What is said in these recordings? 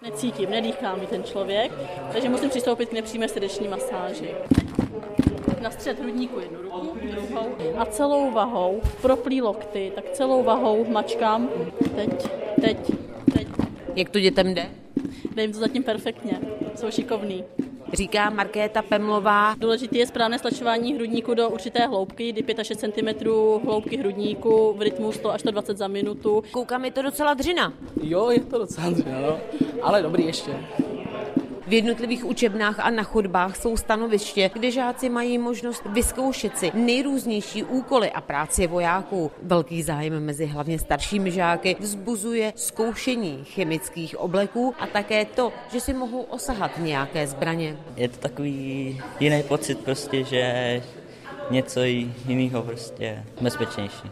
Necítím, nedýchá mi ten člověk, takže musím přistoupit k nepřímé srdeční masáži. Na střed hrudníku jednu ruku, druhou a celou vahou, proplý lokty, tak celou vahou mačkám. Teď. Jak to dětem jde? Jde jim to zatím perfektně, jsou šikovný. Říká Markéta Pemlová. Důležité je správné stlačování hrudníku do určité hloubky, kdy 5 až 6 cm hloubky hrudníku v rytmu 100 až 120 za minutu. Koukám, je to docela dřina. Jo, je to docela dřina, no. Ale dobrý ještě. V jednotlivých učebnách a na chodbách jsou stanoviště, kde žáci mají možnost vyzkoušet si nejrůznější úkoly a práci vojáků. Velký zájem mezi hlavně staršími žáky vzbuzuje zkoušení chemických obleků a také to, že si mohou osahat nějaké zbraně. Je to takový jiný pocit prostě, že něco jiného prostě bezpečnější.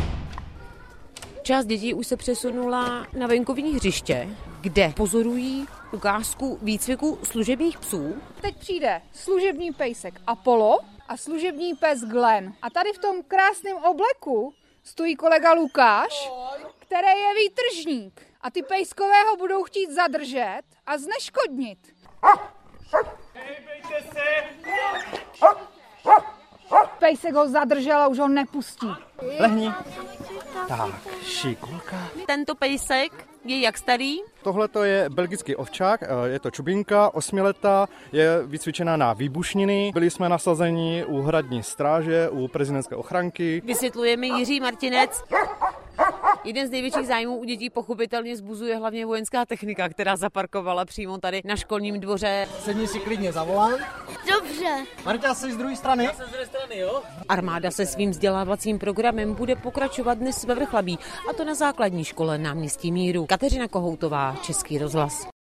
Část dětí už se přesunula na venkovní hřiště, kde pozorují ukázku výcviku služebních psů. Teď přijde služební pejsek Apollo a služební pes Glenn. A tady v tom krásném obleku stojí kolega Lukáš, který je výtržník. A ty pejskové ho budou chtít zadržet a zneškodnit. Hejbejte se! Pejsek ho zadržel a už ho nepustí. Lehni. Tak, šikulka. Tento pejsek je jak starý? Tohle je belgický ovčák, je to čubinka, 8letá, je vycvičená na výbušniny. Byli jsme nasazeni u hradní stráže, u prezidentské ochranky. Vysvětluje mi Jiří Martinec. Jeden z největších zájmů u dětí pochopitelně vzbuzuje hlavně vojenská technika, která zaparkovala přímo tady na školním dvoře. Sedni si klidně za volant. Dobře. Marta, jsi z druhé strany? Já jsem z druhé strany, jo. Armáda se svým vzdělávacím programem bude pokračovat dnes ve Vrchlabí, a to na základní škole Náměstí Míru. Kateřina Kohoutová, Český rozhlas.